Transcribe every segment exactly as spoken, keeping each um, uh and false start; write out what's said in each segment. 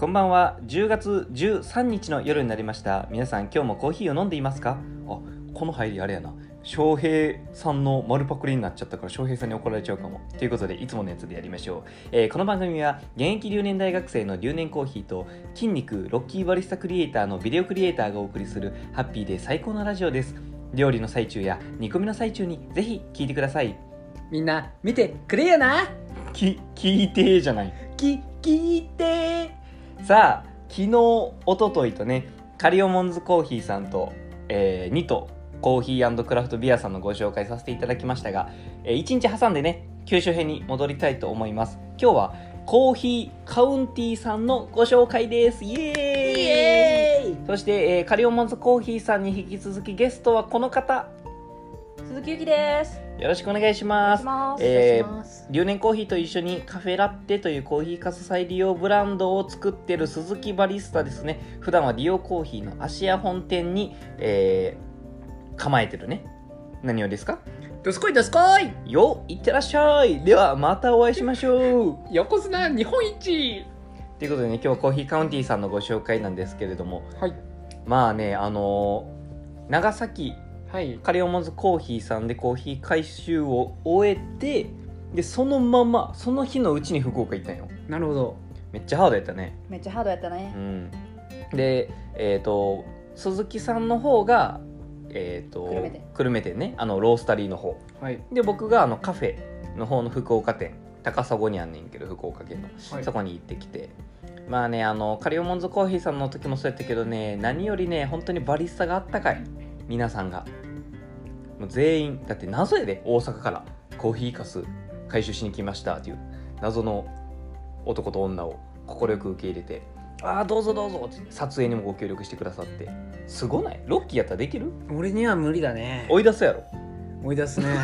こんばんは。じゅうがつじゅうさんにちの夜になりました。皆さん今日もコーヒーを飲んでいますか？あ、この入りあれやな、翔平さんの丸パクリになっちゃったから翔平さんに怒られちゃうかもということで、いつものやつでやりましょう。えー、この番組は現役留年大学生の留年コーヒーと筋肉ロッキーバリスタクリエイターのビデオクリエイターがお送りするハッピーで最高のラジオです。料理の最中や煮込みの最中にぜひ聞いてください。 みんな見てくれよな。 き聞いてじゃない、 き聞いて。 さあ、昨日一昨日とね、カリオモンズコーヒーさんと、えー、ニトコーヒー&クラフトビアさんのご紹介させていただきましたが、えー、いちにち挟んでね、九州編に戻りたいと思います。今日はコーヒーカウンティーさんのご紹介です。イエーイ、イエーイ。そして、えー、カリオモンズコーヒーさんに引き続きゲストはこの方、 鈴木ゆきです。 よろしくお願いします。 えー、留年コーヒーと一緒にカフェラッテというコーヒーかす再利用ブランドを作ってる鈴木バリスタですね。普段は利用コーヒーの芦屋本店に、えー、構えてるね。何をですか？ どすこいどすこいよ、いってらっしゃい。ではまたお会いしましょう。 横綱日本一ということでね、今日はコーヒーカウンティーさんのご紹介なんですけれども、 はい、 まあね、あのー、長崎はい、 カリオモンズコーヒーさんでコーヒー回収を終えて、でそのままその日のうちに福岡行ったんよ。 なるほど。 めっちゃハードやったね。 めっちゃハードやったね。 うん、で、えっ、ー、と鈴木さんの方が、えっ、ー、と久留米店久留米店ね、あのロースタリーの方、はい、で僕があのカフェの方の福岡店、高砂にあんねんけど福岡県の、はい、そこに行ってきて、まあね、あのカリオモンズコーヒーさんの時もそうやったけどね、何よりね本当にバリスタがあったかい。皆さんがもう全員だって謎やで、大阪からコーヒーかす回収しに来ましたっていう謎の男と女を快く受け入れて、ああどうぞどうぞって撮影にもご協力してくださって、すごない？ロッキーやったらできる？ 俺には無理だね。 追い出すやろ。 追い出すね。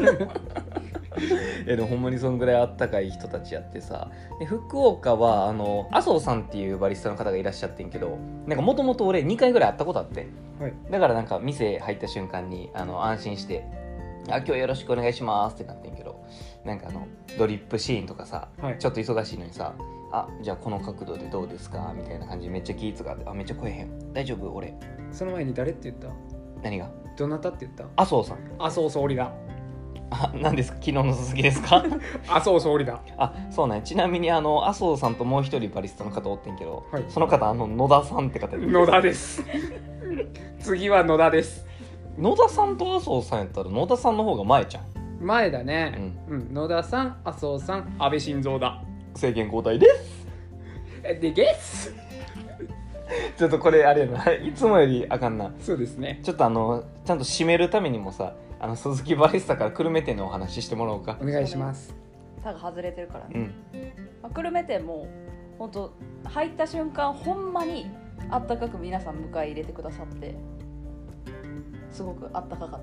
えでもほんまにそんぐらいあったかい人たちやってさ、で福岡はあの麻生さんっていうバリスタの方がいらっしゃってんけど、なんかもともと俺にかいぐらい会ったことあって、はい、だからなんか店入った瞬間にあの安心してあ今日よろしくお願いしますってなってんけど、なんかあのドリップシーンとかさ、はい、ちょっと忙しいのにさ、あじゃあこの角度でどうですかみたいな感じでめっちゃ気ぃがあって、あめっちゃ声へん大丈夫俺。 その前に誰って言った？ 何が？ どなたって言った？ 麻生さん。 麻生総理だ。 あ、何ですか？昨日の鈴木ですか？ 麻生総理だ。 あ、そうね。ちなみにあの麻生さんともう一人バリスタの方おってんけど、はい、その方あの野田さんって方。 野田です。次は野田です。 野田さんと麻生さんやったら野田さんの方が前じゃん。 前だね。うん、うん、野田さん、麻生さん、安倍晋三だ。 政権交代です。 でゲス。 ちょっとこれあれやな、いつもよりあかんな。 そうですね。 ちょっとあのちゃんと締めるためにもさ、あの鈴木バリスタから久留米店のお話ししてもらおうか。 お願いします。 タが外れてるからね。 うん。 まあ、久留米店も本当入った瞬間ほんまにあったかく皆さん迎え入れてくださって、すごくあったかかった。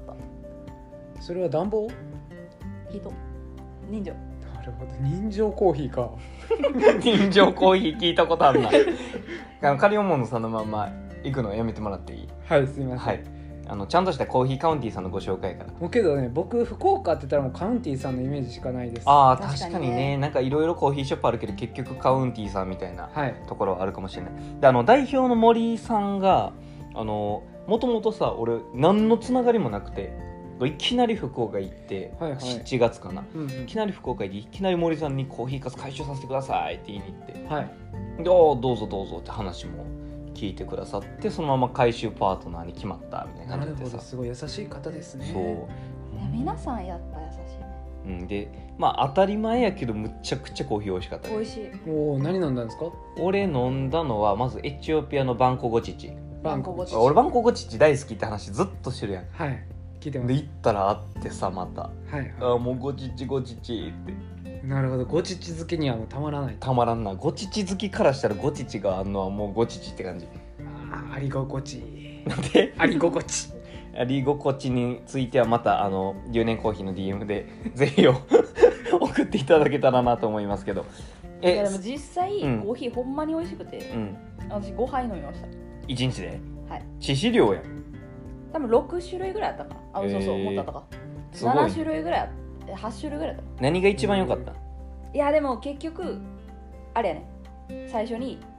それは暖房？ 人人情。 なるほど、人情コーヒーか。 人情コーヒー聞いたことあるな。あのカリオモンズさんのまま行くのやめてもらっていい？ はい、すみません。 はい、あのちゃんとしたコーヒーカウンティーさんのご紹介から。 もうけどね、僕福岡って言ったらもうカウンティーさんのイメージしかないです。 ああ確かにね、なんかいろいろコーヒーショップあるけど結局カウンティーさんみたいなところはあるかもしれない、はい、であの代表の森井さんがあのもともとさ、俺何のつながりもなくていきなり福岡行って、はいはい、しちがつかな、うんうん、いきなり福岡行っていきなり森さんにコーヒーかす回収させてくださいって言いに行って、はい、でおどうぞどうぞって話も聞いてくださって、そのまま回収パートナーに決まったみたいな感じでさ。 なるほど、すごい優しい方ですね。 そう、 いや皆さんやっぱ優しいね。 うん、でまあ当たり前やけどむちゃくちゃコーヒー美味しかった、ね、 美味しい。 おお、何飲んだんですか？ 俺飲んだのはまずエチオピアのバンコゴチチ。 バンコゴチチ。 俺バンコゴチチ大好きって話ずっとしてるやん。 はい、聞いてます。 で行ったら会ってさ、また、はいはい、あもうゴチチゴチチって。 なるほど、ゴチチ好きにはもうたまらない。 たまらんな。ゴチチ好きからしたらゴチチがあんのはもうゴチチって感じ。 ああり心地。 なんであり心地。 あり心地についてはまたあの留年コーヒーの ディーエム でぜひを送っていただけたらなと思いますけど。 えいやでも実際、うん、コーヒーほんまに美味しくて、うん、私ごはい飲みました。 いちにちで？ はい。 致死量やん。 多分ろくしゅるいぐらいあったかな。あ、そうそう、もっとあったか。ななしゅるいぐらいあった。はちしゅるいぐらいあった。 何が一番良かった？ いやでも結局あれやね、最初に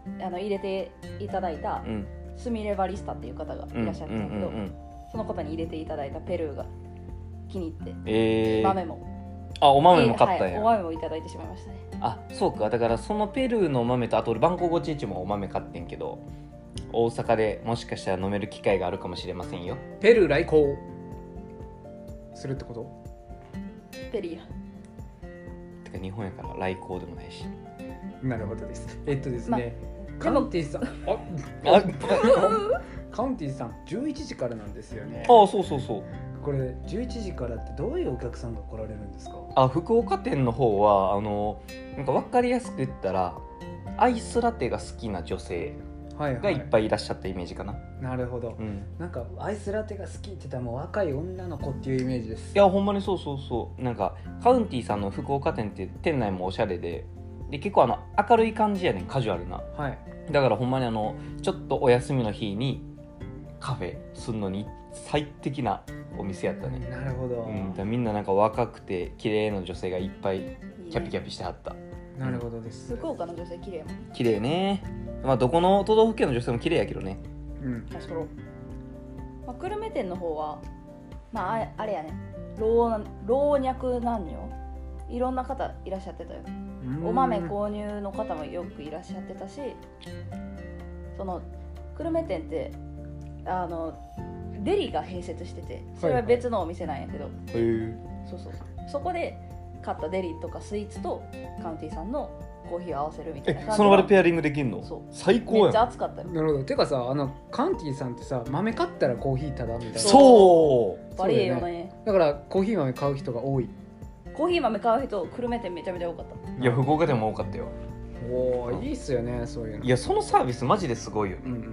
あの入れていただいた、うんスミレバリスタっていう方がいらっしゃるんだけど、うんうんうんうん、その方に入れていただいたペルーが気に入って、 えー、 豆もあお豆も買ったんや、 はい、お豆もいただいてしまいましたね。 あそうか、だからそのペルーのお豆とあと俺バンコクチンチもお豆買ってんけど、大阪でもしかしたら飲める機会があるかもしれませんよ。 ペルー来航するってこと？ ペリーてか日本やから来航でもないし。 なるほどです。えっとですね、まカウンティさん、あ、 あカウンティさんじゅういちじからなんですよね。 ああそうそうそう。 これじゅういちじからってどういうお客さんが来られるんですか？ あ福岡店の方はあのなんか分かりやすく言ったらアイスラテが好きな女性がいっぱいいらっしゃったイメージかな。はいはい、なるほど、うん、なんかアイスラテが好きって言ったらもう若い女の子っていうイメージです。 いやほんまにそうそうそう。なんかカウンティさんの福岡店って店内もおしゃれでで結構あの明るい感じやねん、カジュアルな、はい、だからほんまにあのちょっとお休みの日にカフェするのに最適なお店やったね。 なるほど、 うん、だみんななんか若くて綺麗な女性がいっぱいキャピキャピしてはった。いいね、 なるほどです。 福岡の女性綺麗やもん。 綺麗ね。まあどこの都道府県の女性も綺麗やけどね。 うん。確かに。まあ、久留米店の方はまああれやね、老老若男女いろんな方いらっしゃってたよ。お豆購入の方もよくいらっしゃってたし、その久留米店ってあのデリが併設してて、それは別のお店なんやけど、はいはい、そうそうそこで買ったデリとかスイーツとカウンティさんのコーヒーを合わせるみたいな感じ。 えその場でペアリングできるの？そう最高やん。 めっちゃ熱かったよ。 なるほど。てかさ、あのカウンティさんってさ、豆買ったらコーヒーただみたいな。 そうバリエよね。 だからコーヒー豆買う人が多い。 コーヒー豆買う人久留米店めちゃめちゃ多かった。 いや福岡でも多かったよ。 おーいいっすよね、そういうの。 いやそのサービスマジですごいよ、うんうんうん、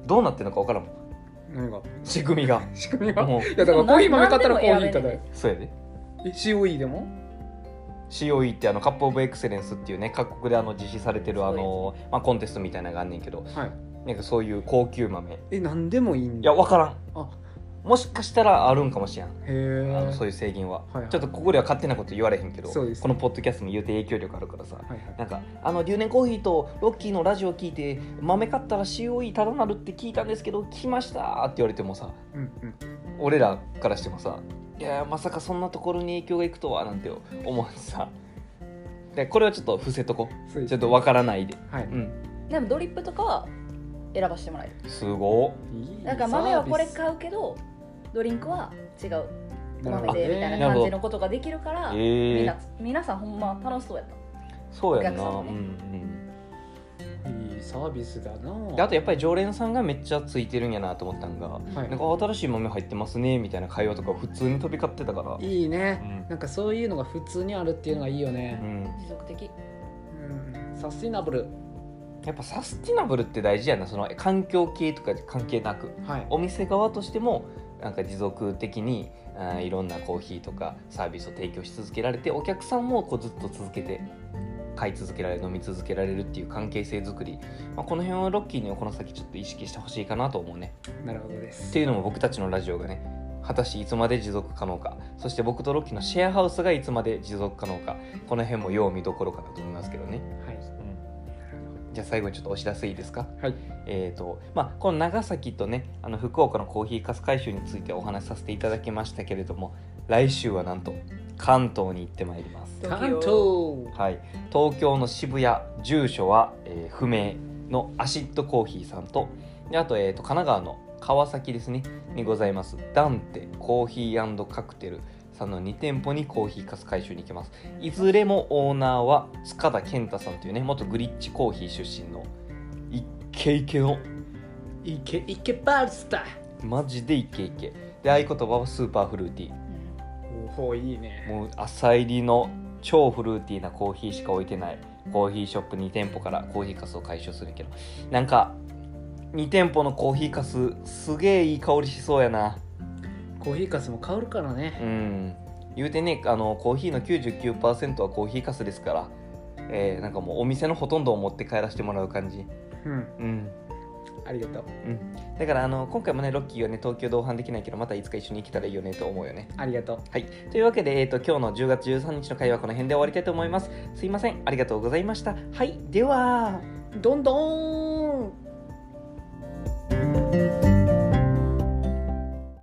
どうなってるのか分からんもん。 何が仕組みが仕組みがもういやだからコーヒー豆買ったらコーヒーただよ。 そうやで。 え シーオーイー でもシーオーイー ってあのカップオブエクセレンスっていうね各国であの実施されてるあの、まあ、コンテストみたいなのがあんねんけど、はい、なんかそういう高級豆。 え何でもいいんだ。 いや分からん。あもしかしたらあるんかもしれん。 へあのそういう制限は、はいはい、ちょっとここでは勝手なこと言われへんけど、ね、このポッドキャストに言うて影響力あるからさ、はいはい、なんかあの留年コーヒーとロッキーのラジオ聞いて豆買ったら シーオーイー ただなるって聞いたんですけど来ましたって言われてもさ、うんうん、俺らからしてもさいやまさかそんなところに影響がいくとはなんて思うさでこれはちょっと伏せとこちょっとわからないで、はいうん、 でもドリップとかは選ばせてもらえる。 すごい。だから豆はこれ買うけどドリンクは違うお豆でみたいな感じのことができるから、えー、みんな皆さんほんま楽しそうやった。 そうやな、ねうんうん、いいサービスだな。 であとやっぱり常連さんがめっちゃついてるんやなと思ったんが、はい、なんか新しい豆入ってますねみたいな会話とか普通に飛び交ってたからいいね、うん、なんかそういうのが普通にあるっていうのがいいよね、 うん、持続的、 うん、サスティナブル。 やっぱサスティナブルって大事やな。その環境系とか関係なく、はい、お店側としてもなんか持続的にあいろんなコーヒーとかサービスを提供し続けられてお客さんもこうずっと続けて買い続けられる飲み続けられるっていう関係性作り、まあ、この辺をロッキーにはこの先ちょっと意識してほしいかなと思うね。 なるほどです。 っていうのも僕たちのラジオがね果たしていつまで持続可能か、そして僕とロッキーのシェアハウスがいつまで持続可能か、この辺も要見どころかなと思いますけどね。はい、じゃあ最後にちょっとお知らせいいですか。はい。えーとまあ、この長崎とねあの福岡のコーヒーかす回収についてお話しさせていただきましたけれども、来週はなんと関東に行ってまいります。 関東、 はい、東京の渋谷、住所は、えー、不明のアシッドコーヒーさんと、であと,、えーと神奈川の川崎ですねにございますダンテコーヒー&カクテルさんのに店舗にコーヒーかす回収に行きます。いずれもオーナーは塚田健太さんというね元グリッチコーヒー出身のイケイケのイケイケバルスター、 マジでイケイケで、合言葉はスーパーフルーティー。 おおいいね。 もう浅入りの超フルーティーなコーヒーしか置いてないコーヒーショップに店舗からコーヒーかすを回収するけど、なんかに店舗のコーヒーかすすげえいい香りしそうやな。 コーヒーかすも香るからね。 うん言うてね、あのコーヒーの きゅうじゅうきゅうパーセント はコーヒーかすですから、えー、なんかもうお店のほとんどを持って帰らせてもらう感じ。うん、うんありがとう、 うん、だからあの今回もねロッキーはね東京同伴できないけどまたいつか一緒に来たらいいよねと思うよね。 ありがとう。 はい、というわけで、えーと、今日のじゅうがつじゅうさんにちの会話はこの辺で終わりたいと思います。すいません、ありがとうございました。はい、ではどんどん